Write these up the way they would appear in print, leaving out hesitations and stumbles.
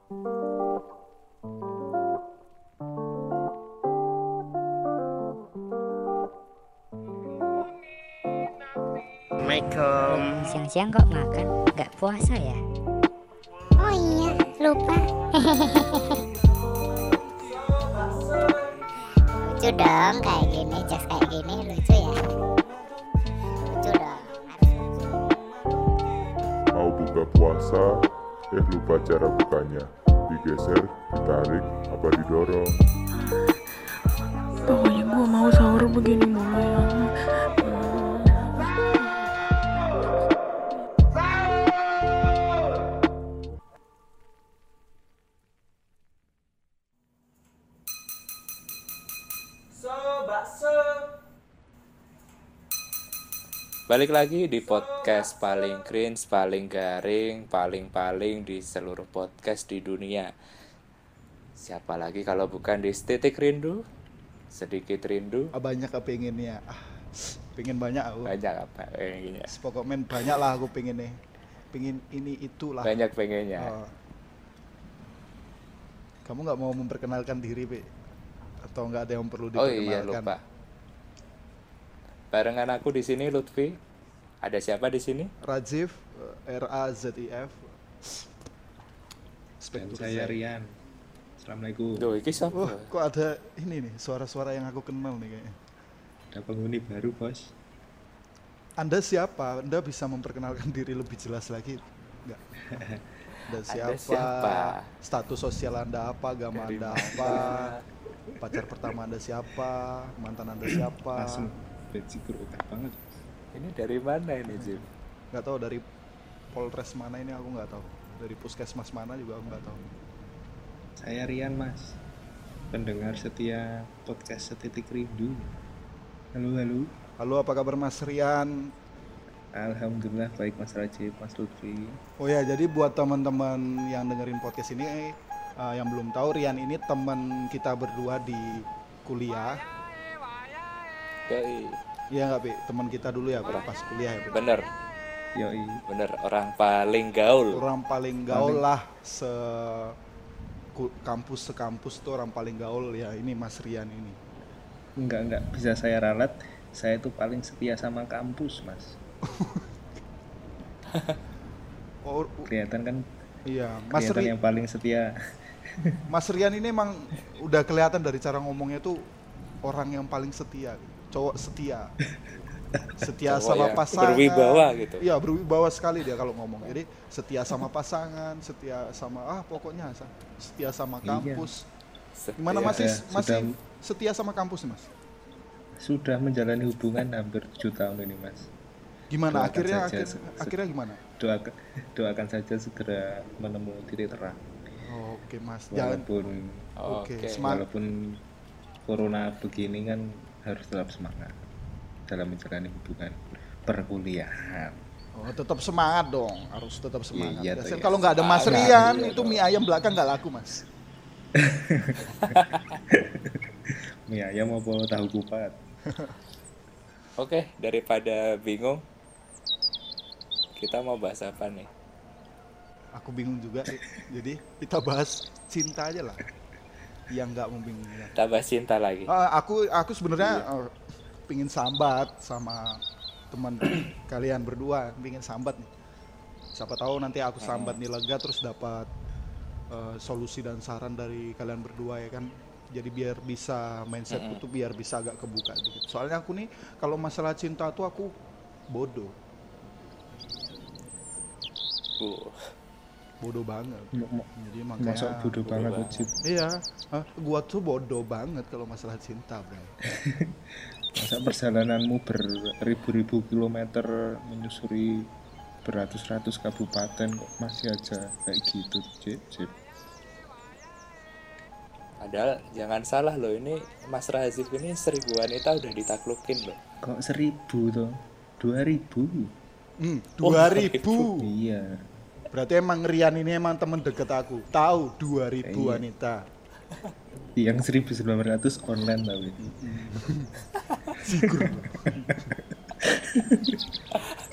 Assalamualaikum. Siang-siang kok makan? Nggak puasa ya? Oh iya, lupa. Lucu dong kayak gini, jokes kayak gini lucu ya. Lucu dong. Mau buka puasa, lupa cara bukanya. Digeser, ditarik, apa didorong. Pokoknya gue mau sahur begini mulu ya. Balik lagi di podcast paling cringe, paling garing, paling di seluruh podcast di dunia. Siapa lagi kalau bukan di Titik Rindu, Sedikit Rindu. Banyak kepengennya. Pengen banyak aku. Banyak apa pengennya? Pokoknya banyak lah aku pengennya. Pengen ini itulah. Banyak pengennya. Kamu nggak mau memperkenalkan diri, Pe? Atau nggak ada yang perlu Oh diperkenalkan? iya, lupa. Barengan aku di sini Lutfi. Ada siapa di sini? Rajif, R-A-Z-I-F. Dan saya Rian. Assalamualaikum. Duh, iki siapa? Wah, kok ada ini nih, suara-suara yang aku kenal nih kayaknya. Ada penghuni baru, Bos. Anda siapa? Anda bisa memperkenalkan diri lebih jelas lagi? Enggak. Anda siapa? Status sosial Anda apa? Agama Anda apa? Pacar pertama Anda siapa? Mantan Anda siapa? Langsung basic berokat banget. Ini dari mana ini, Jim? Nggak tahu dari Polres mana ini, aku nggak tahu. Dari puskesmas mana juga aku nggak tahu. Saya Rian, Mas. Pendengar setia podcast Setitik Rindu. Halo. Halo, apa kabar Mas Rian? Alhamdulillah baik, Mas Rajib, Mas Lutfi. Oh ya, jadi buat teman-teman yang dengerin podcast ini, yang belum tahu, Rian ini teman kita berdua di kuliah. Yoi. Iya nggak, Pi? Teman kita dulu ya, pas kuliah ya, Pi? Bener, Yoi. orang paling gaul. Orang paling gaul lah, sekampus tuh orang paling gaul ya, ini Mas Rian ini. Enggak, bisa saya ralat. Saya tuh paling setia sama kampus, Mas. Kelihatan kan? Iya, Mas Kelihatan yang paling setia. Mas Rian ini emang udah kelihatan dari cara ngomongnya tuh orang yang paling setia, cowok setia. Setia Cowok sama yang pasangan. berwibawa gitu. Iya, berwibawa sekali dia kalau ngomong. Jadi setia sama pasangan, setia sama pokoknya setia sama kampus. Gimana masih setia sama kampus nih, Mas? Sudah menjalani hubungan hampir 7 tahun ini, Mas. Gimana akhirnya gimana? Doakan saja segera menemui titik terang. Oke, Mas. Walaupun corona begini kan harus tetap semangat dalam menjalani hubungan perkuliahan. Oh, tetap semangat dong, harus tetap semangat. Iya, kalau nggak ada Mas Rian, itu mie ayam belakang nggak laku, Mas. Mie ayam apa tahu kupat? Oke, daripada bingung, kita mau bahas apa nih? Aku bingung juga, jadi kita bahas cinta aja lah, yang nggak membingungkan. Kita bahas cinta lagi. Aku sebenarnya pingin sambat sama teman kalian berdua, pingin sambat nih. Siapa tahu nanti aku sambat nih lega, terus dapat solusi dan saran dari kalian berdua ya kan. Jadi biar bisa mindsetku tuh biar bisa agak kebuka dikit. Soalnya aku nih kalau masalah cinta tuh aku bodoh. Bodoh banget. Jadi makanya Masa bodoh banget, Cip? Iya, gua tuh bodoh banget kalau masalah cinta, Bro. Masa perjalananmu beribu-ribu kilometer menyusuri beratus-ratus kabupaten kok masih aja kayak gitu, Cip? Padahal jangan salah loh, ini Mas Razif ini 1000 wanita udah ditaklukin loh. Kok 1000 tuh? 2000? 2000. Iya. Berarti emang Rian ini emang temen deket aku. Tahu 2000 wanita. Yang 1900 online tapi. Sigur.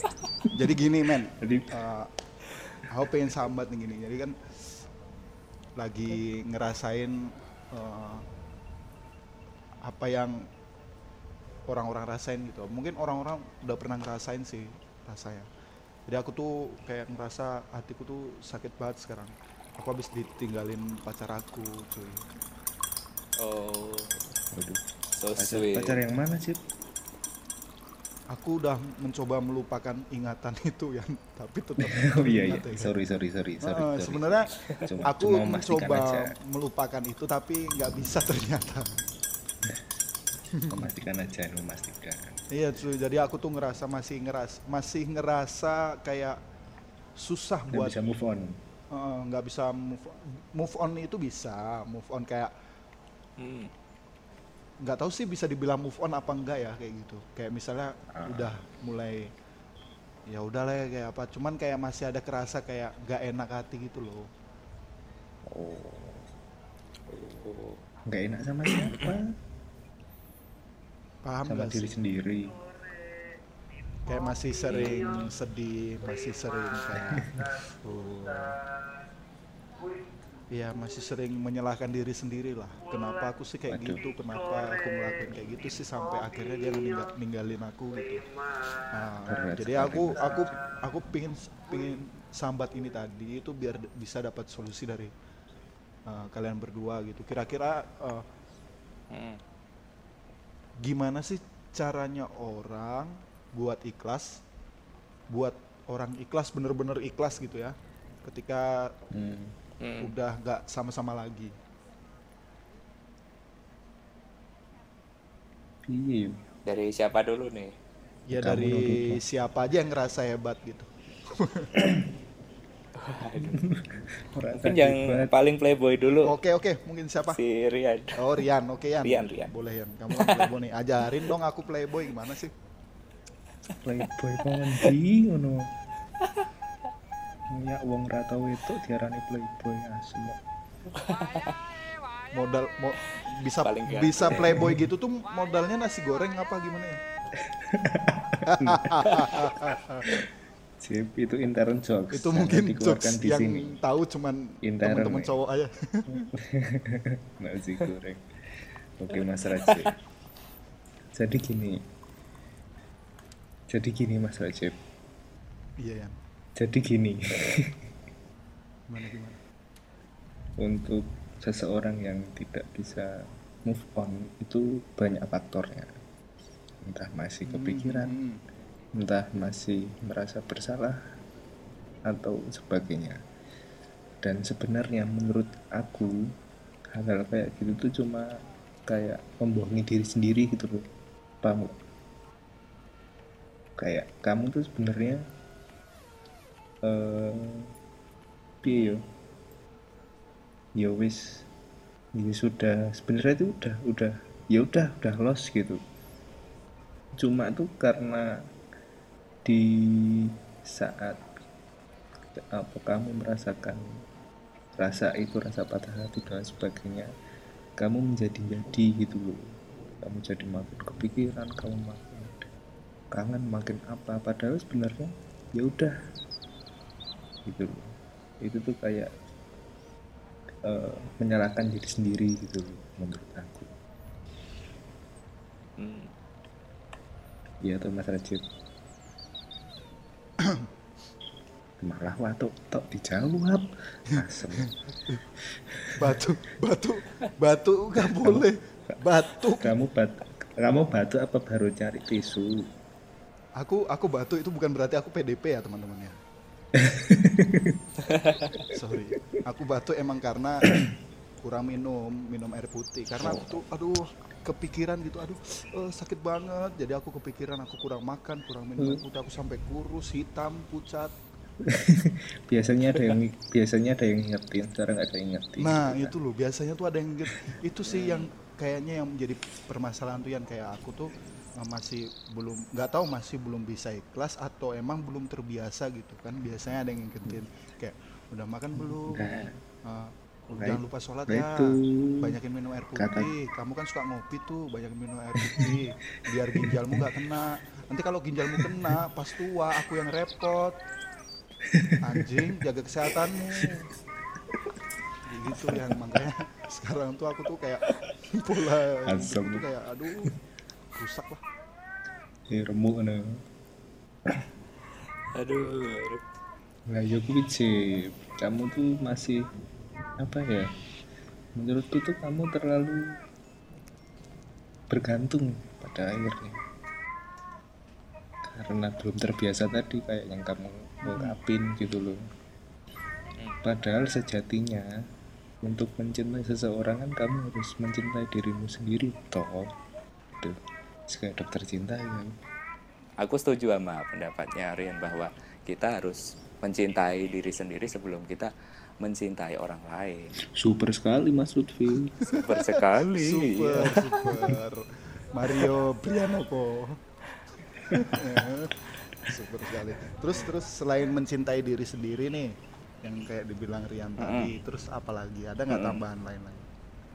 Jadi gini men, aku pengen sambat nih gini. Jadi kan lagi ngerasain eh, apa yang orang-orang rasain gitu. Mungkin orang-orang udah pernah ngerasain sih rasanya. Jadi aku tuh kayak ngerasa hatiku tuh sakit banget sekarang. Aku habis ditinggalin pacar aku, cuy. Oh, Waduh. so Pacar, sweet. pacar yang mana sih? Aku udah mencoba melupakan ingatan itu ya, tapi tetap Oh iya iya. teringat ya. Sorry. Sebenarnya aku Cuma memastikan mencoba aja. melupakan itu tapi nggak bisa ternyata. Memastikan. Iya cuy, jadi aku tuh masih ngerasa kayak susah Nggak buat bisa move on. nggak bisa move on itu bisa move on kayak Hmm. nggak tahu sih bisa dibilang move on apa enggak ya kayak gitu. Kayak misalnya udah mulai ya udahlah ya, kayak apa. Cuman kayak masih ada kerasa kayak nggak enak hati gitu loh. Oh. Nggak enak sama siapa? Paham Sama nggak diri sih? sendiri. Kayak masih sering sedih, masih sering kayak iya masih sering menyalahkan diri sendiri lah. Kenapa aku sih kayak Waduh. gitu? Kenapa aku ngelakuin kayak gitu sih sampai akhirnya dia ninggalin aku gitu. Nah, Berat jadi sekali. aku pingin sambat ini tadi itu biar bisa dapat solusi dari kalian berdua gitu. Kira-kira Hmm. gimana sih caranya orang buat ikhlas, buat orang ikhlas bener-bener ikhlas gitu ya, ketika udah nggak sama-sama lagi. Iya. Dari siapa dulu nih? Ya Kamu dari dulu. siapa aja yang ngerasa hebat gitu. Mungkin yang paling playboy dulu. Oke, mungkin siapa? Si Rian. Oh Rian, oke Yan. Rian. Boleh Yan, kamu kan playboy nih. Ajarin dong aku playboy gimana sih? Playboy kok ngendi ngono. Ya wong ra tau itu diarani playboy asem. Bisa Paling ganteng. bisa playboy gitu tuh modalnya nasi goreng apa gimana ya? Sip, itu intern jokes. Itu Jangan mungkin dikeluarkan jokes di yang sini. tahu cuman Intern, teman-teman ya. cowok aja. Nasi goreng. Oke Mas Rajib. Jadi gini Mas Rajib. Iya Yan. Jadi gini. Gimana? Untuk seseorang yang tidak bisa move on itu banyak faktornya. Entah masih kepikiran, entah masih merasa bersalah atau sebagainya. Dan sebenarnya menurut aku hal-hal kayak gitu tuh cuma kayak membohongi diri sendiri gitu loh. Paham nggak? Kayak kamu tuh sebenarnya piye yo? Ya wis ya sudah, sebenarnya itu udah lost gitu. Cuma tuh karena di saat apa kamu merasakan rasa patah hati dan sebagainya, kamu menjadi gitu loh. Kamu jadi makin kepikiran, kamu makin kangen, makin apa, padahal sebenarnya ya udah gitu loh. Itu tuh kayak menyalahkan diri sendiri gitu loh, menurut aku. Iya tuh Mas Rajib. Malah waktu tok dijawab asem. Batu nggak boleh. Batu. Kamu batu apa baru cari tisu? Aku batu itu bukan berarti aku PDP ya teman-teman ya. Sorry, aku batu emang karena kurang minum air putih. Karena aku tuh aduh kepikiran gitu, sakit banget. Jadi aku kepikiran, aku kurang makan, kurang minum air putih, aku sampai kurus, hitam, pucat. biasanya ada yang ngingetin, sekarang nggak ada yang ngingetin. Nah gitu itu loh, biasanya tuh ada yang itu sih yang kayaknya yang menjadi permasalahan tuh yang kayak aku tuh masih belum bisa ikhlas atau emang belum terbiasa gitu kan. Biasanya ada yang ngingetin kayak udah makan belum, jangan lupa sholat ya, banyakin minum air putih, kamu kan suka ngopi tuh, banyakin minum air putih biar ginjalmu nggak kena. Nanti kalau ginjalmu kena pas tua aku yang repot. Anjing, jaga kesehatanmu gitu yang makanya sekarang tuh aku tuh kayak pola hidup Asam. tuh kayak aduh rusak lah. remuk no. Aduh. Lah ya kuwi Cip, kamu tuh masih apa ya? Menurutku tuh kamu terlalu bergantung pada airnya. Karena belum terbiasa tadi kayak yang kamu ungkapin gitu loh. Padahal sejatinya untuk mencintai seseorang kan kamu harus mencintai dirimu sendiri toh. Tuh, kayak dokter cinta ya. Aku setuju sama pendapatnya Rian bahwa kita harus mencintai diri sendiri sebelum kita mencintai orang lain. Super sekali Mas Lutfi. Super sekali. Super Mario Prianoko. Super sekali. Terus selain mencintai diri sendiri nih yang kayak dibilang Rian tadi, terus apa lagi? Ada nggak tambahan lain lagi?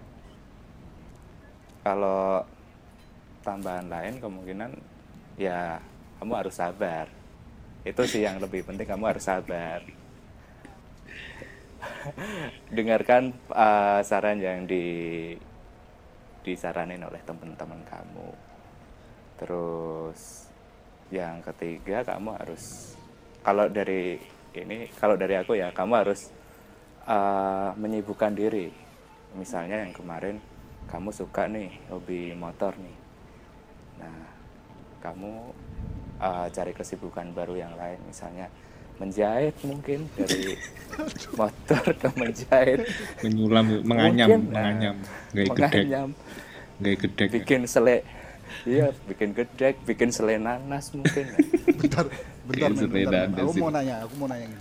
Kalau tambahan lain kemungkinan ya kamu harus sabar. Itu sih yang lebih penting, kamu harus sabar. Dengarkan saran yang disaranin oleh teman-teman kamu. Terus yang ketiga kamu harus, kalau dari aku ya, kamu harus menyibukkan diri. Misalnya yang kemarin kamu suka nih hobi motor nih. Nah, kamu cari kesibukan baru yang lain, misalnya menjahit, mungkin dari motor ke menjahit, Menyulam, menganyam, Mungkin, gak gedek, menganyam, gak gedek. bikin sele, iya, bikin gedek, bikin sele nanas mungkin. Bentar, Kayak men, sepeda bentar. ada Aku sih. mau nanya gini.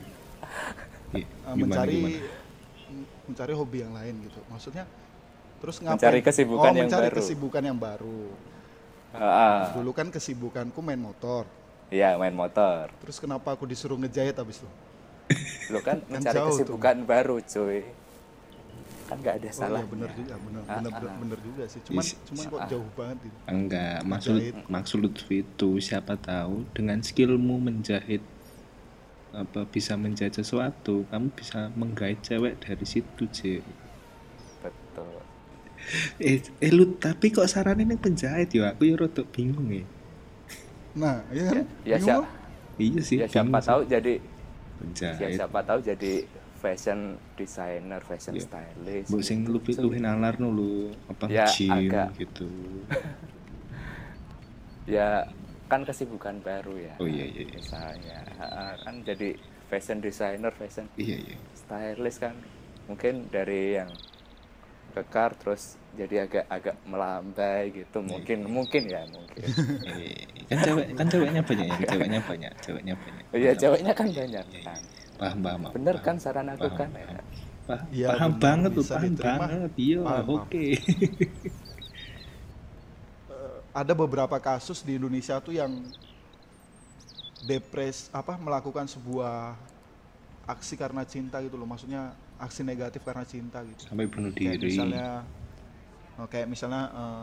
Mencari hobi yang lain gitu. Maksudnya terus ngapain? Mencari kesibukan yang mencari baru. kesibukan yang baru. Dulu kan kesibukanku main motor. Iya, main motor. Terus kenapa aku disuruh ngejahit habis itu? Lo kan mencari jauh kesibukan baru, cuy. Kan nggak ada Oh iya salahnya. bener juga, bener juga sih. Cuman kok jauh banget gitu. Enggak, Menjahit. maksud Lutfi itu siapa tahu dengan skillmu menjahit apa bisa menjahit sesuatu, kamu bisa menggait cewek dari situ, Cik. Betul. Lu tapi kok sarannya nih penjahit ya? Aku ya rada bingung ya. Nah, iya kan? Ya, Bingung lo? Iya sih. ya siapa bingung sih. tahu jadi Penjahit. siapa tahu jadi fashion designer, fashion Iya. stylist. Mbok sing luwih nalar lu apa Ya, gym agak. gitu. Ya kan kesibukan baru ya. Oh iya. Misalnya kan jadi fashion designer, fashion Iya. stylist kan mungkin dari yang kekar terus jadi agak melambai gitu, mungkin ya. Kan ceweknya banyak ya, ceweknya banyak. Iya, ceweknya kan banyak kan. Paham. Bener kan saran aku kan ya. Iya, Paham bener, banget tuh, bisa paham diterima. banget. Iya, Paham. oke. Ada beberapa kasus di Indonesia tuh yang melakukan sebuah aksi karena cinta gitu loh. Maksudnya aksi negatif karena cinta gitu. Sampai bunuh Kayak diri. misalnya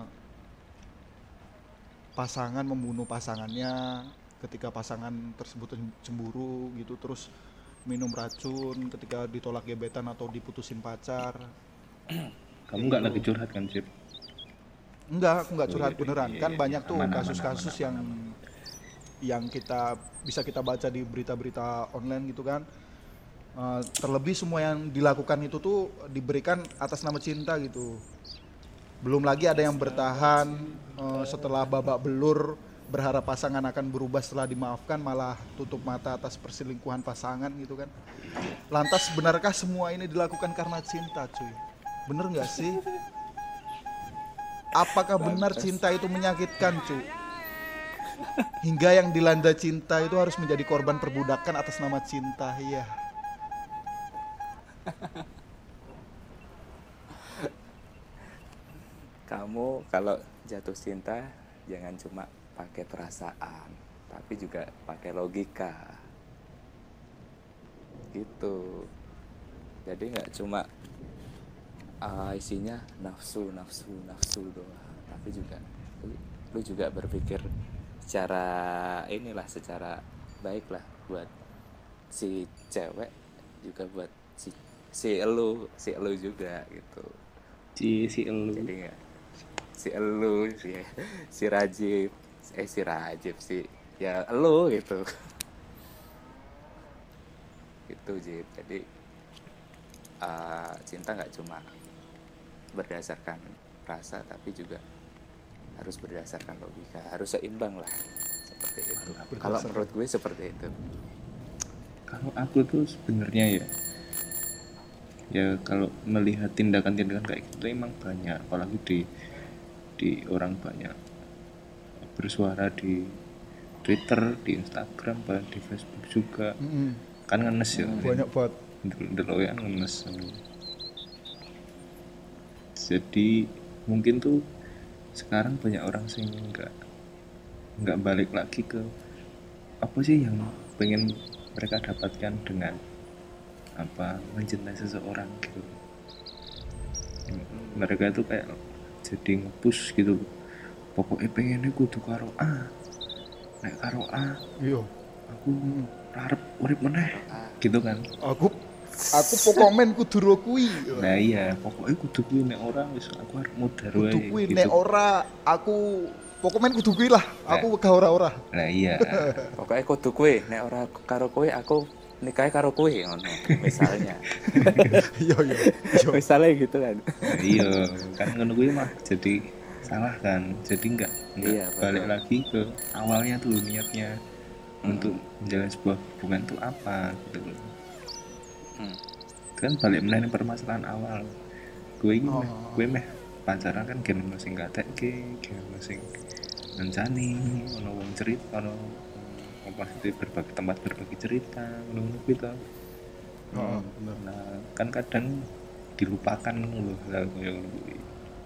pasangan membunuh pasangannya ketika pasangan tersebut cemburu gitu, terus minum racun ketika ditolak gebetan atau diputusin pacar. Kamu nggak lagi curhat kan, Cip? Enggak, aku nggak Oh, curhat iya, beneran. iya, Kan iya. banyak tuh Aman, kasus-kasus yang kita bisa kita baca di berita-berita online gitu kan. Terlebih semua yang dilakukan itu tuh diberikan atas nama cinta gitu. Belum lagi ada yang bertahan setelah babak belur, berharap pasangan akan berubah setelah dimaafkan, malah tutup mata atas perselingkuhan pasangan gitu kan. Lantas benarkah semua ini dilakukan karena cinta, cuy? Bener nggak sih? Apakah benar cinta itu menyakitkan, cuy? Hingga yang dilanda cinta itu harus menjadi korban perbudakan atas nama cinta, iya. Kamu kalau jatuh cinta jangan cuma pakai perasaan, tapi juga pakai logika. Gitu. Jadi nggak cuma isinya nafsu doang, tapi juga lu juga berpikir secara baik lah buat si cewek, juga buat si si elu juga gitu. si elu Jadi nggak si elu si Rajib si Rajib sih ya elu gitu. Gitu Jib. Jadi cinta nggak cuma berdasarkan rasa tapi juga harus berdasarkan logika, harus seimbang lah, seperti itu. Kalau menurut gue seperti itu. Kalau aku tuh sebenarnya ya kalau melihat tindakan-tindakan kayak gitu emang banyak, apalagi di orang banyak bersuara di Twitter, di Instagram, bahkan di Facebook juga. Kan ngenes ya. Banyak banget. Delok ya ngenes. Jadi mungkin tuh sekarang banyak orang sih nggak balik lagi ke apa sih yang pengen mereka dapatkan dengan apa mencintai seseorang gitu. Mereka itu kayak jadi nge-push gitu, pokoknya pengennya kudu karo A, nek karo A Iya. aku arep urip meneh gitu kan. Aku pokokmen kudu ro kuwi. Nah iya, pokoknya kudu kuwi, nek ora wis aku arep mudhar wae. Kudu kuwi gitu. nek ora aku pokokmen kudu kuwi lah. Aku wegah ora-ora. Nah iya. Pokoknya kudu kowe, nek ora karo kowe aku nikahe karo kowe ngono misalnya. Iya. Misalnya gitu kan. Nah, iya, kan ngono kuwi mah jadi salah kan. Jadi enggak Iya, balik betul. lagi ke awalnya tuh niatnya untuk menjalin sebuah hubungan tuh apa gitu loh. Kan balik mengenai permasalahan awal. Gue ini gue meh pacaran kan gen ono sing gatekke, gen ono sing ngencani, ono wong cerita, ono maksudnya berbagi tempat berbagi cerita, ono kuwi to. Bener. Nah, kan kadang dilupakan loh hal kayak ngono kuwi.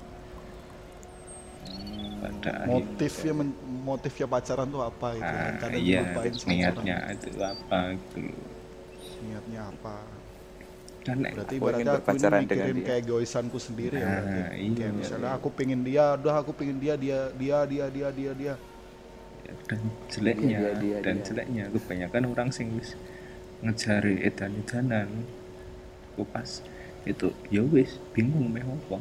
Pada akhirnya Motifnya pacaran tuh apa itu kan kadang iya, dilupain sama niatnya orang. itu apa gitu loh. Niatnya apa? Dan Berarti Aku ibaratnya ingin aku ini berpacaran dengan mikirin dia. kayak egoisanku sendiri ya berarti. Nah, iya. Kayak misalnya aku pengen dia, aku pengen dia. dan jeleknya Dia. jeleknya kebanyakan orang sing wis ngejari edan-edanan ku pas itu ya wis bingung meh apa.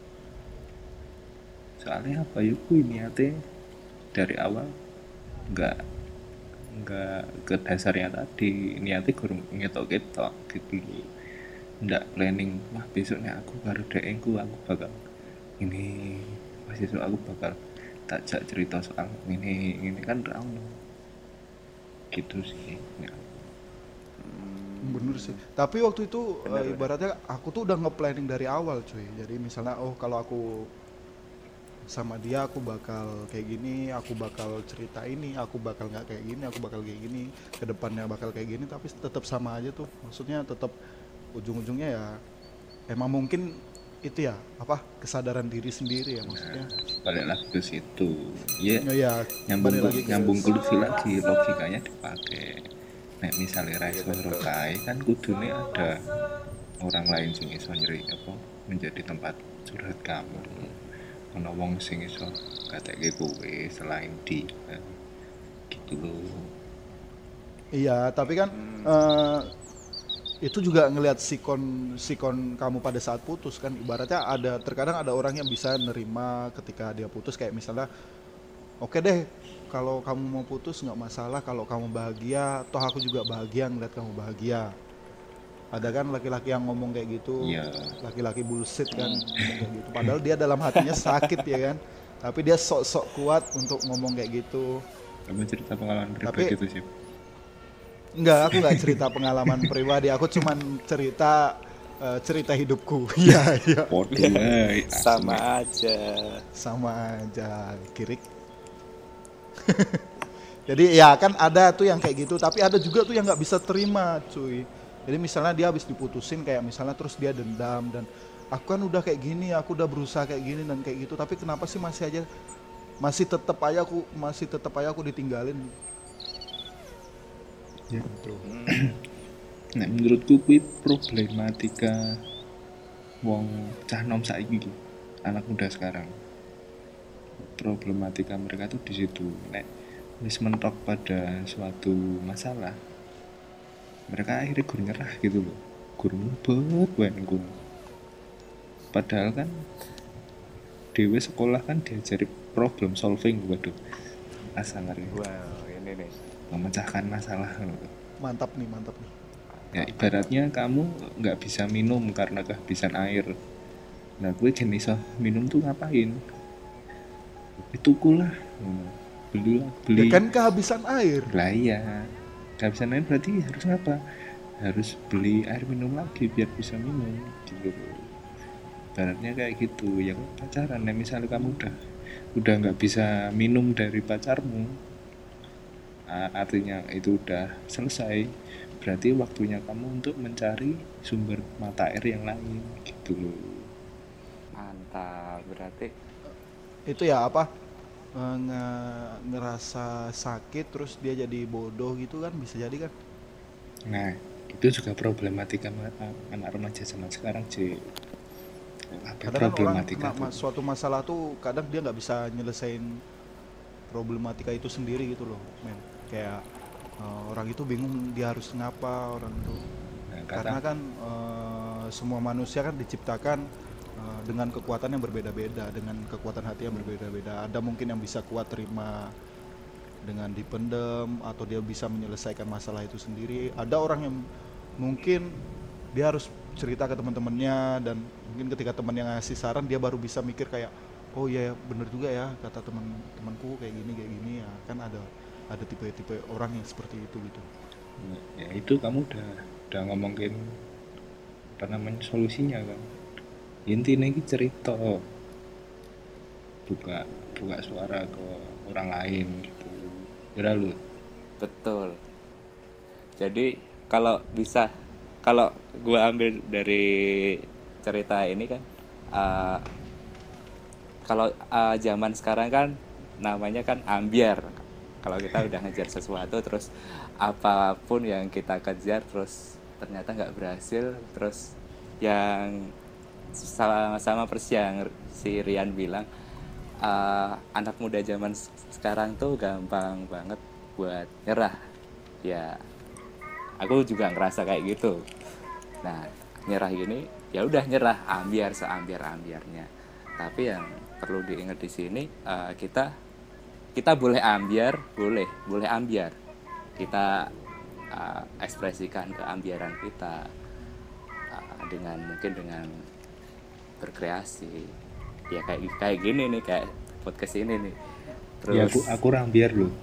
Soalnya apa ya kuwi niate dari awal enggak ke dasarnya tadi, niatnya gurung ngetok-ketok gitu loh. Nggak planning, wah besoknya aku baru aku bakal ini, pas besok aku bakal tak cerita soal ini kan rauno gitu sih ya. Bener sih. Tapi waktu itu ibaratnya aku tuh udah nge-planning dari awal cuy. Jadi misalnya kalau aku sama dia aku bakal kayak gini, aku bakal cerita ini, aku bakal nggak kayak gini, aku bakal kayak gini, kedepannya bakal kayak gini, tapi tetap sama aja tuh. Maksudnya tetap ujung-ujungnya ya emang mungkin itu ya apa kesadaran diri sendiri ya maksudnya. Balik lagi ke situ ya, Ya nyambung ke lagi logikanya dipakai. Nah misalnya Raiso Rokai kan kudune ada orang lain sing iso nyeri apa menjadi tempat curhat kamu. Ono wong sing iso katekke kowe selain dia gitu loh. Iya, tapi kan itu juga ngelihat sikon kamu pada saat putus kan. Ibaratnya terkadang ada orang yang bisa nerima ketika dia putus, kayak misalnya oke deh kalau kamu mau putus nggak masalah, kalau kamu bahagia toh aku juga bahagia ngeliat kamu bahagia. Ada kan laki-laki yang ngomong kayak gitu, laki-laki bullshit kan ngomong kayak gitu. Padahal dia dalam hatinya sakit ya kan, tapi dia sok-sok kuat untuk ngomong kayak gitu. Kamu cerita pengalaman pribadi itu sih? Enggak, aku nggak cerita pengalaman pribadi, aku cuman cerita hidupku. Iya. Sama aja, kirik. Jadi ya kan ada tuh yang kayak gitu, tapi ada juga tuh yang nggak bisa terima, cuy. Jadi misalnya dia habis diputusin kayak misalnya terus dia dendam dan aku kan udah kayak gini, aku udah berusaha kayak gini dan kayak gitu, tapi kenapa sih masih tetap aja aku ditinggalin. Ya. Nah, menurutku kuwi problematika wong cah nom saiki, anak muda sekarang. Problematika mereka tuh di situ. Nek wis mentok pada suatu masalah, mereka akhirnya gur nyerah gitu loh. guru bet wenku. Padahal kan dewe sekolah kan diajari problem solving, waduh asal ngeri Wow, ini nih. memecahkan masalah. Mantap nih. Ya ibaratnya kamu nggak bisa minum karena kehabisan air. Nah gue jenis minum tuh ngapain? Itu kulah, beli Ya kan kehabisan air. lah iya. Kehabisan air berarti harus apa? Harus beli air minum lagi biar bisa minum gitu. Ibaratnya kayak gitu. Ya pacaran, nah, misalnya kamu udah nggak bisa minum dari pacarmu, artinya itu udah selesai. Berarti waktunya kamu untuk mencari sumber mata air yang lain gitu loh. Mantap, berarti Itu ya apa? Ngerasa sakit terus dia jadi bodoh gitu kan, bisa jadi kan? Nah itu juga problematika anak remaja zaman sekarang sih. Apa Kadang kan orang problematika kena tuh? suatu masalah tuh kadang dia nggak bisa nyelesain problematika itu sendiri gitu loh, men. Kayak orang itu bingung dia harus ngapa orang itu. Nah, Karena kan semua manusia kan diciptakan dengan kekuatan yang berbeda-beda, dengan kekuatan hati yang berbeda-beda. Ada mungkin yang bisa kuat terima dengan dipendem, atau dia bisa menyelesaikan masalah itu sendiri. Ada orang yang mungkin dia harus cerita ke teman-temannya, dan mungkin ketika teman yang ngasih saran dia baru bisa mikir kayak, oh iya bener juga ya kata temanku kayak gini ya. Kan ada tipe-tipe orang yang seperti itu gitu. ya itu kamu udah ngomongin apa namanya solusinya kan. Intinya ini cerita, buka suara ke orang lain gitu. Kira lu betul. Jadi kalau gue ambil dari cerita ini kan, kalau zaman sekarang kan namanya kan ambiar. Kalau kita udah ngejar sesuatu terus apapun yang kita kejar terus ternyata nggak berhasil, terus yang sama persis yang si Rian bilang, anak muda zaman sekarang tuh gampang banget buat nyerah. Ya aku juga ngerasa kayak gitu. Nah nyerah gini ya udah nyerah, ambiar seambiar-ambiarnya. Tapi yang perlu diingat di sini, kita boleh ambiar, boleh ambiar. Kita ekspresikan keambiaran kita dengan berkreasi. Ya kayak gini nih, kayak podcast ini nih. Terus ya aku rambiar lu.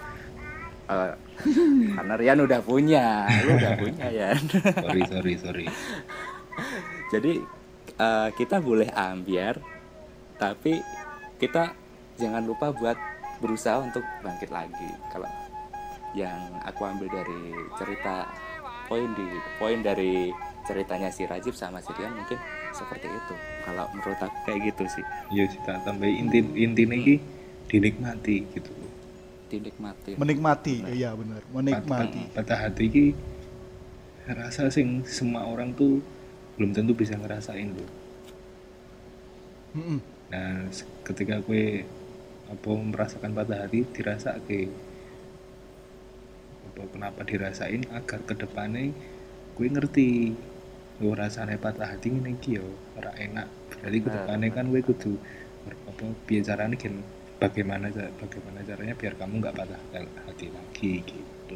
karena Rian udah punya, lu udah punya ya. sorry. Jadi kita boleh ambiar, tapi kita jangan lupa buat berusaha untuk bangkit lagi. Kalau yang aku ambil dari cerita poin dari ceritanya si Rajib sama si Rian mungkin seperti itu. Kalau menurut aku kayak gitu sih. Iya sih, tak tambahin intinya ini dinikmati gitu. Menikmati, iya benar, menikmati. Patah hati ini rasa sing semua orang tuh belum tentu bisa ngerasain loh. Nah ketika gue merasakan patah hati, dirasa kenapa dirasain agar kedepannya gue ngerti lo rasanya patah hati ini yo ora enak. Berarti kedepannya kan gue kudu bicaranya kan bagaimana caranya biar kamu nggak patah hati lagi gitu.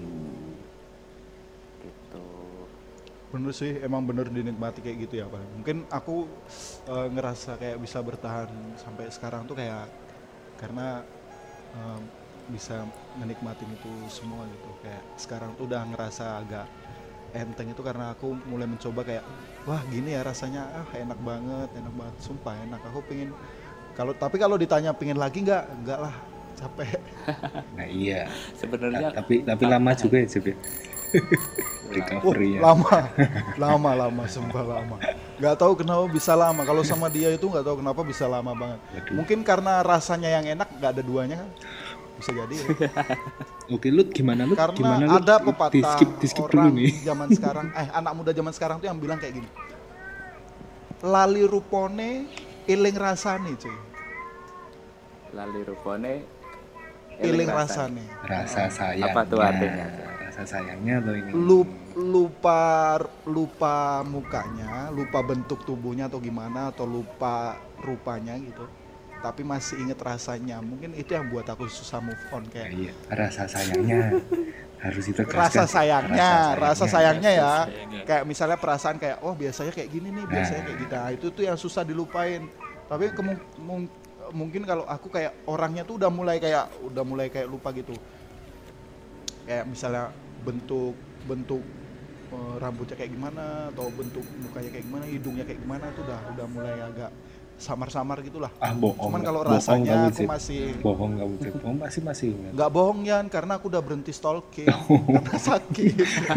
Bener sih, emang bener dinikmati kayak gitu ya Pak. Mungkin aku ngerasa kayak bisa bertahan sampai sekarang tuh kayak karena bisa menikmatin itu semua gitu. Kayak sekarang tuh udah ngerasa agak enteng itu karena aku mulai mencoba kayak wah gini ya rasanya, enak banget, sumpah enak. Aku pengen kalau ditanya pengen lagi enggak lah, capek. Nah iya Sebenarnya tapi lama juga ya Jeb. Recovery-nya lama sumpah lama. Nggak tahu kenapa bisa lama. Kalau sama dia itu nggak tahu kenapa bisa lama banget. Mungkin karena rasanya yang enak, nggak ada duanya kan, bisa jadi ya. Oke, lu gimana lu? Karena gimana lu? ada pepatah di skip orang dulu nih. zaman sekarang, anak muda zaman sekarang tuh yang bilang kayak gini, lali rupone iling rasane cuy. lali rupone Iling rasane. Rasa sayangnya. Apa tuh artinya? Rasa sayangnya atau ini? lupa mukanya, lupa bentuk tubuhnya atau gimana, atau lupa rupanya gitu, tapi masih inget rasanya. Mungkin itu yang buat aku susah move on kayak Iya, rasa sayangnya harus ditegaskan. rasa sayangnya ya. sayangnya. Kayak misalnya perasaan kayak oh biasanya kayak gini nih, biasanya kayak gitu. Nah, itu tuh yang susah dilupain. Tapi mungkin kalau aku kayak orangnya tuh udah mulai kayak lupa gitu. Kayak misalnya bentuk rambutnya kayak gimana, atau bentuk mukanya kayak gimana, hidungnya kayak gimana, tuh udah mulai agak samar-samar gitulah. Bohong. Cuman kalau Bohong rasanya kamu, aku Cip. masih bohong kamu, Cip. masih ingat. nggak bohong Yan, karena aku udah berhenti stalking karena sakit.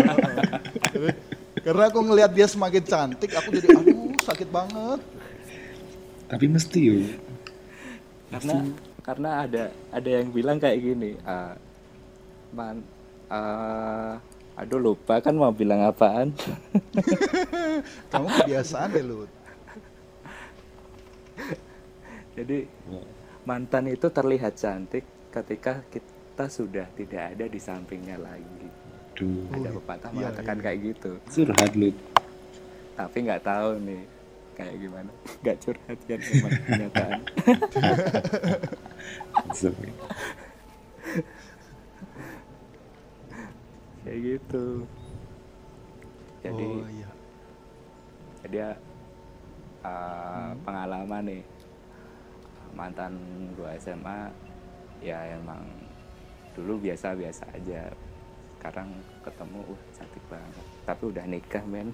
Karena aku ngelihat dia semakin cantik, aku jadi aduh sakit banget. Tapi mesti yuk. Karena ada yang bilang kayak gini, aduh lupa kan mau bilang apaan. Kamu kebiasaan deh Lut. Jadi mantan itu terlihat cantik ketika kita sudah tidak ada di sampingnya lagi. Duh, Ada pepatah iya, mengatakan iya. kayak gitu. curhat lu. Tapi nggak tahu nih kayak gimana. Nggak curhat kan memang kenyataan. Sorry. Kayak gitu. Jadi Oh iya. Pengalaman nih, mantan gua SMA ya emang dulu biasa-biasa aja. Sekarang ketemu cantik banget, tapi udah nikah men.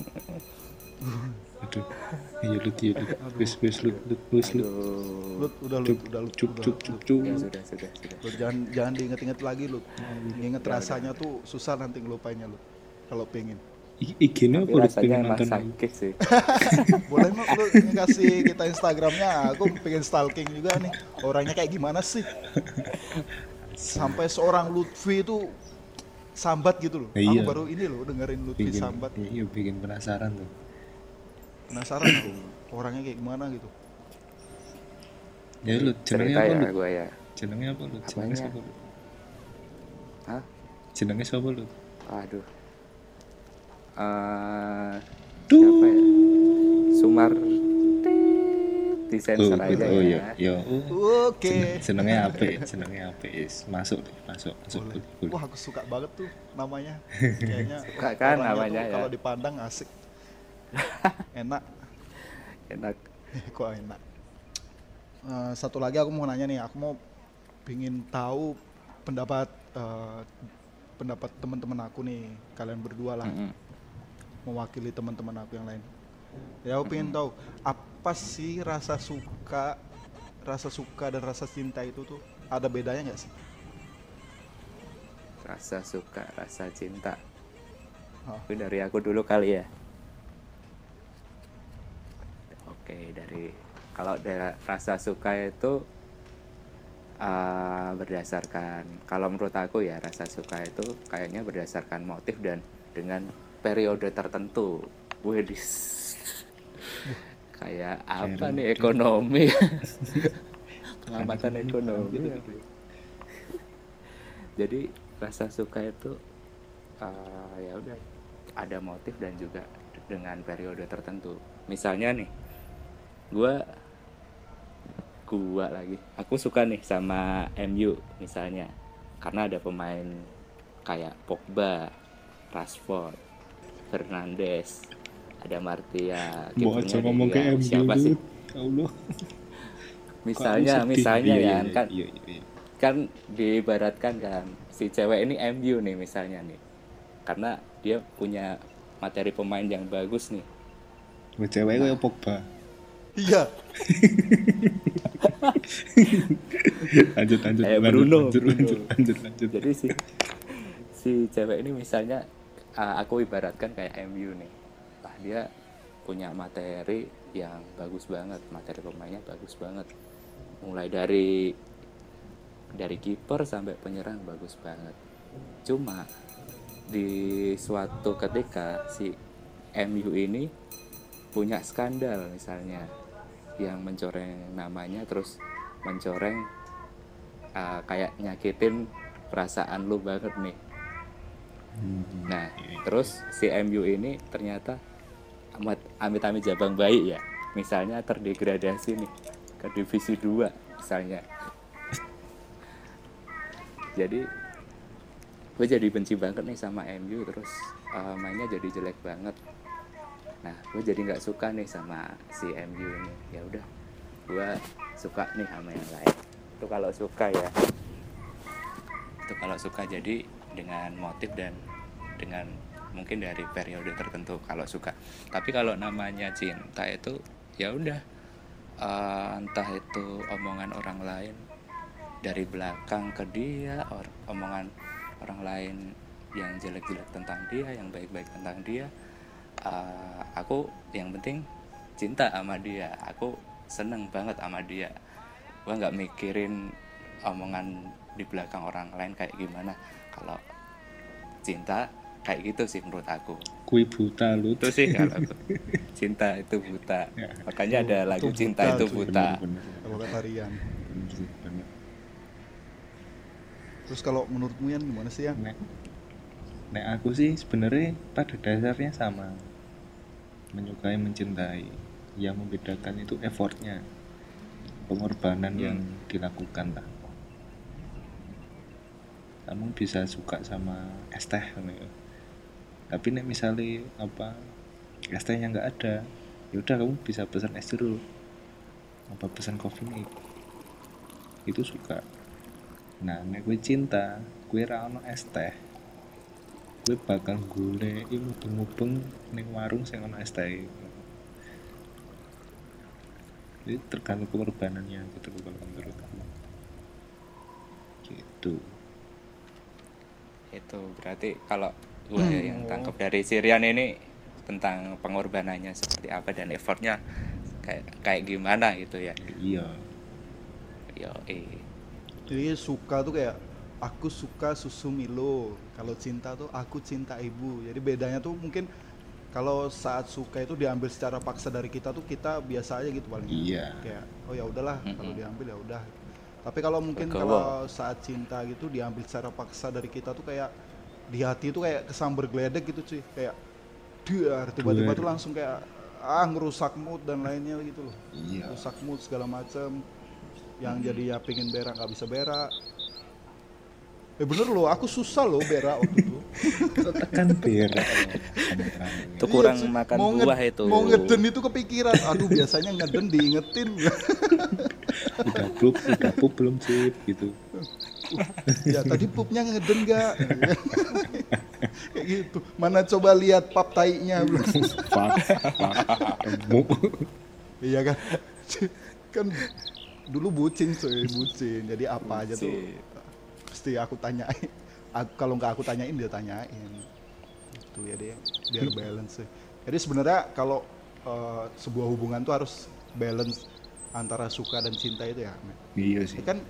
Aduh. Iya Lut. Wis Lut. Aduh. Lut udah Cup. Ya sudah. Lut, jangan diinget-inget lagi Lut. Inget rasanya tuh susah nanti ngelupainnya Lut. Kalau pengen. IG-nya Tapi apa Lut, rasanya pengen emang nonton? sakit sih. Boleh nggak lu kasih kita Instagramnya? Aku pengen stalking juga nih. Orangnya kayak gimana sih? Sampai seorang Lutfi itu sambat gitu loh. Iya. Aku baru ini loh dengerin Lutfi sambat. Iya, bikin penasaran tuh. Penasaran aku orangnya kayak gimana gitu. Ya Lut, jenenge Cerita apa ya Lut? gue ya. Jenenge apa Lut? Jenenge Apanya? siapa Lut? Hah? Jenenge siapa Lut? Aduh. Siapa ya? Sumar disensor aja Oh ya. iya. Oke. Jenenge apik. Is. Masuk. Boleh. Boleh. Wah, aku suka banget tuh namanya. Kayaknya Suka kan orangnya namanya tuh ya? kalau dipandang asik. Enak. Enak. Kok enak. Satu lagi aku mau nanya nih, aku mau pingin tahu pendapat teman-teman aku nih, kalian berdua lah, mewakili teman-teman aku yang lain. Ya aku pengen tahu apa sih rasa suka dan rasa cinta itu tuh ada bedanya nggak sih? Rasa suka, rasa cinta. Hah. Itu dari aku dulu kali ya. Oke, kalau rasa suka itu berdasarkan, kalau menurut aku ya rasa suka itu kayaknya berdasarkan motif dan dengan periode tertentu. Widis. Kayak apa nih ekonomi? Pengamatan ekonomi. Jadi rasa suka itu ya udah ada motif dan juga dengan periode tertentu. Misalnya nih, aku suka nih sama MU misalnya, karena ada pemain kayak Pogba, Rashford, Fernandes, ada Martial, Mau aja ngomong ke MU siapa sih? Lut. Allah. Misalnya Iya, kan Iya. kan diibaratkan kan si cewek ini MU nih misalnya nih, karena dia punya materi pemain yang bagus nih. Cewek kayak Pogba. Iya. Lanjut. Bruno. Lanjut. Jadi si cewek ini misalnya aku ibaratkan kayak MU nih. Lah dia punya materi yang bagus banget, materi pemainnya bagus banget. Mulai dari kiper sampai penyerang bagus banget. Cuma di suatu ketika si MU ini punya skandal misalnya yang mencoreng namanya, terus mencoreng kayak nyakitin perasaan lu banget nih. Nah, terus si MU ini ternyata amit-amit Jabang Bayi ya, misalnya terdegradasi nih ke divisi 2 misalnya. Jadi gue jadi benci banget nih sama MU, terus mainnya jadi jelek banget. Nah, gue jadi nggak suka nih sama si MU ini. Ya udah, gue suka nih sama yang lain. Itu kalau suka ya. Itu kalau suka jadi dengan motif dan dengan mungkin dari periode tertentu kalau suka. Tapi kalau namanya cinta itu ya udah, entah itu omongan orang lain dari belakang ke dia, omongan orang lain yang jelek-jelek tentang dia, yang baik-baik tentang dia, aku yang penting cinta sama dia, aku seneng banget sama dia. Gue nggak mikirin omongan di belakang orang lain kayak gimana. Kalau cinta kayak gitu sih menurut aku. Kui buta lu. Itu sih kalau aku. Cinta itu buta. Makanya ada lagu cinta itu buta. Kalau kata Rian. Bener. Terus kalau menurutmu Yan gimana sih ya? Nek aku sih sebenarnya pada dasarnya sama, menyukai, mencintai. Yang membedakan itu effortnya, pengorbanan yang dilakukan lah. Kamu bisa suka sama es teh nih, tapi nek misalnya es tehnya nggak ada, yaudah kamu bisa pesan es jeruk, pesan coffee mate, itu suka. Nah, nek gue cinta, gue ra ono es teh, gue bakal golek mubeng-mubeng ning warung sing ono es teh. Jadi tergantung pengorbanannya gitu kalau menurut aku. Gitu. Itu berarti kalau gue yang tangkap dari Sirian ini tentang pengorbanannya seperti apa dan effortnya kayak gimana gitu ya. Iya. Jadi suka tuh kayak aku suka susu Milo, kalau cinta tuh aku cinta ibu. Jadi bedanya tuh mungkin kalau saat suka itu diambil secara paksa dari kita tuh kita biasa aja gitu paling. Iya. Kayak oh ya udahlah, kalau diambil ya udah. Tapi kalau mungkin Betul. kalau saat cinta gitu diambil secara paksa dari kita tuh kayak di hati tuh kayak kesamber geledek gitu cuy, kayak dar tiba-tiba tuh langsung kayak ngerusak mood dan lainnya gitu loh. Iya. Rusak mood segala macem, yang jadi ya pengen berak nggak bisa berak. Bener loh, aku susah loh berak waktu itu. Tekan berak. Itu kurang Iya, cuy. makan Mau buah itu. Mau ngeden itu kepikiran. Aduh, biasanya ngeden diingetin. udah pup belum sip gitu. Ya tadi pupnya ngeden gak? Kayak gitu. Mana coba lihat pap tainya belum? Pak. Temu. Iya kan? Kan dulu bucin cuy, bucin. Jadi apa aja tuh pasti aku tanyain. Kalau nggak aku tanyain dia tanyain. Itu ya dia biar balance. Jadi sebenarnya kalau sebuah hubungan tuh harus balance antara suka dan cinta itu ya. Iya sih. Kan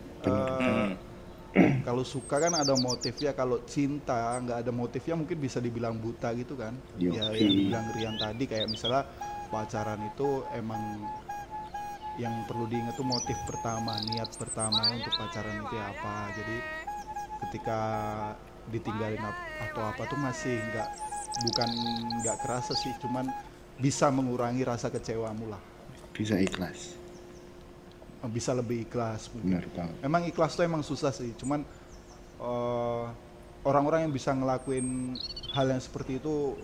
kalau suka kan ada motifnya, kalau cinta nggak ada motifnya mungkin bisa dibilang buta gitu kan. Yo. Ya yang dibilang Rian tadi kayak misalnya pacaran itu emang yang perlu diingat tuh motif pertama, niat pertama untuk pacaran itu ya apa. Jadi ketika ditinggalin atau apa tuh masih bukan nggak kerasa sih, cuman bisa mengurangi rasa kecewamu lah, Bisa ikhlas. bisa lebih ikhlas mungkin. Benar banget. Emang ikhlas tuh emang susah sih, cuman orang-orang yang bisa ngelakuin hal yang seperti itu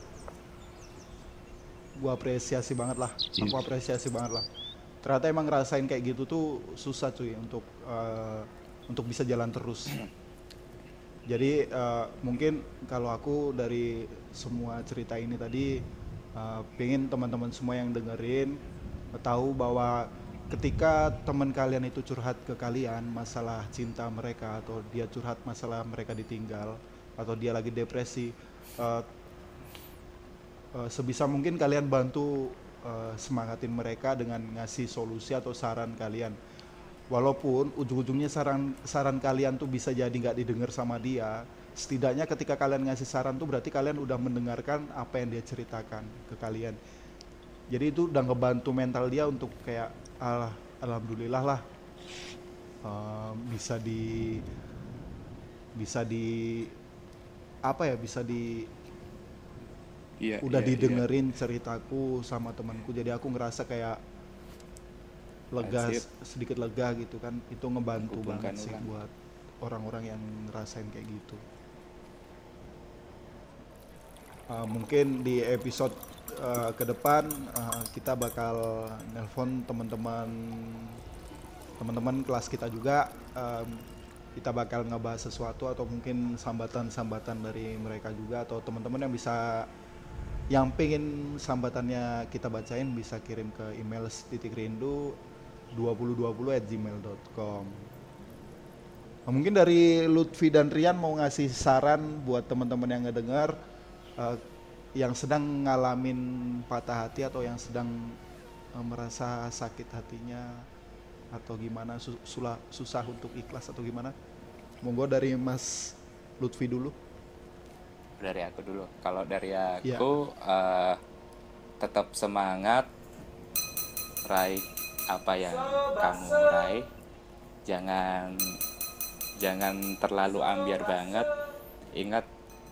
gua apresiasi banget lah. Aku apresiasi banget lah. Ternyata emang ngerasain kayak gitu tuh susah cuy untuk bisa jalan terus. Jadi mungkin kalau aku dari semua cerita ini tadi pengen teman-teman semua yang dengerin tahu bahwa ketika teman kalian itu curhat ke kalian masalah cinta mereka, atau dia curhat masalah mereka ditinggal, atau dia lagi depresi, sebisa mungkin kalian bantu semangatin mereka dengan ngasih solusi atau saran kalian. Walaupun ujung-ujungnya saran kalian tuh bisa jadi nggak didengar sama dia, setidaknya ketika kalian ngasih saran tuh berarti kalian udah mendengarkan apa yang dia ceritakan ke kalian. Jadi itu udah ngebantu mental dia untuk kayak alhamdulillah lah, bisa di apa ya, bisa Iya, udah iya, didengerin ceritaku sama temanku, jadi aku ngerasa kayak lega, Anjir. sedikit lega gitu kan. Itu ngebantu Hubungkan banget sih ulang. buat orang-orang yang ngerasain kayak gitu. Mungkin di episode ke depan kita bakal nelpon teman-teman kelas kita juga. Kita bakal ngebahas sesuatu atau mungkin sambatan-sambatan dari mereka juga, atau teman-teman yang pengen sambatannya kita bacain bisa kirim ke email titikrindu2020@gmail.com. Mungkin dari Lutfi dan Rian mau ngasih saran buat teman-teman yang ngedengar yang sedang ngalamin patah hati atau yang sedang merasa sakit hatinya atau gimana, susah untuk ikhlas atau gimana. Monggo dari Mas Lutfi dulu. Dari aku dulu. Kalau dari Iya. aku tetap semangat, raih apa yang kamu raih. Jangan terlalu ambiar banget. Ingat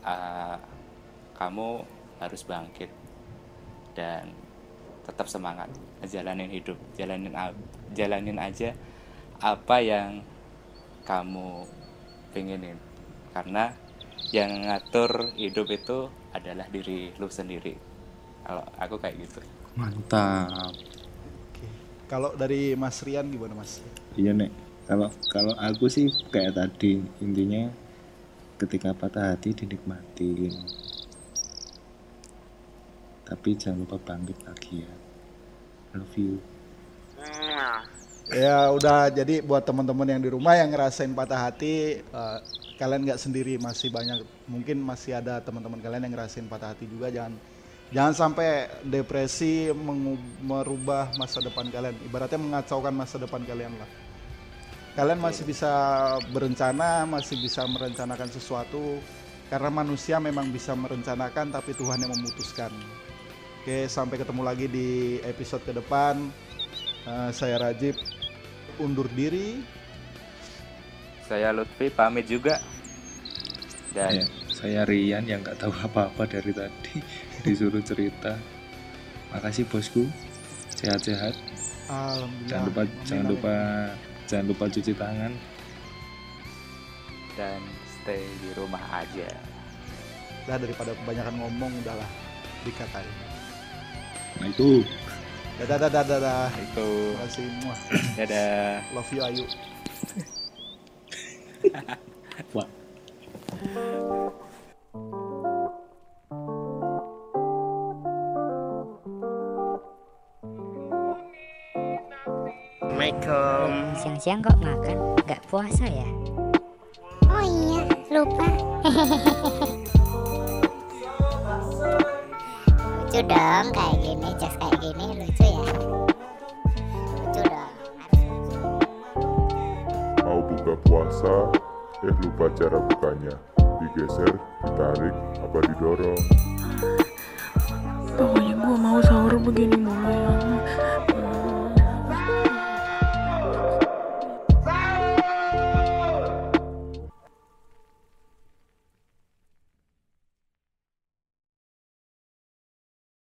kamu harus bangkit dan tetap semangat, jalanin hidup, jalanin aja apa yang kamu pengenin, karena yang ngatur hidup itu adalah diri lu sendiri. Kalau aku kayak gitu. Mantap. Oke. Kalau dari Mas Rian gimana, Mas? Iya nek, kalau aku sih kayak tadi, intinya ketika patah hati dinikmatin, tapi jangan lupa bangkit lagi ya. Love you. Ya udah, jadi buat teman-teman yang di rumah yang ngerasain patah hati, kalian nggak sendiri, masih banyak, mungkin masih ada teman-teman kalian yang ngerasain patah hati juga. Jangan sampai depresi merubah masa depan kalian, ibaratnya mengacaukan masa depan kalian lah. Kalian masih bisa berencana, masih bisa merencanakan sesuatu, karena manusia memang bisa merencanakan, tapi Tuhan yang memutuskan. Oke, sampai ketemu lagi di episode ke depan. Saya Rajib undur diri. Saya Lutfi pamit juga. Dan Ya, saya Rian yang nggak tahu apa-apa dari tadi, disuruh cerita. Makasih bosku, sehat-sehat. Alhamdulillah. Jangan lupa cuci tangan. dan stay di rumah aja. Udah, daripada kebanyakan ngomong, udahlah dikatain. Nah itu. Dadah. Itu. Terima kasih semua. Dadah. Love you, Ayu. Wah. Siang-siang kok makan? Nggak puasa ya? Oh iya, lupa. Lucu dong kayak gini, jokes kayak gini lucu ya. Lucu dong, harus lucu. Mau buka puasa, lupa cara bukanya. Digeser, ditarik, apa didorong. Pokoknya gue mau sahur begini mulu ya.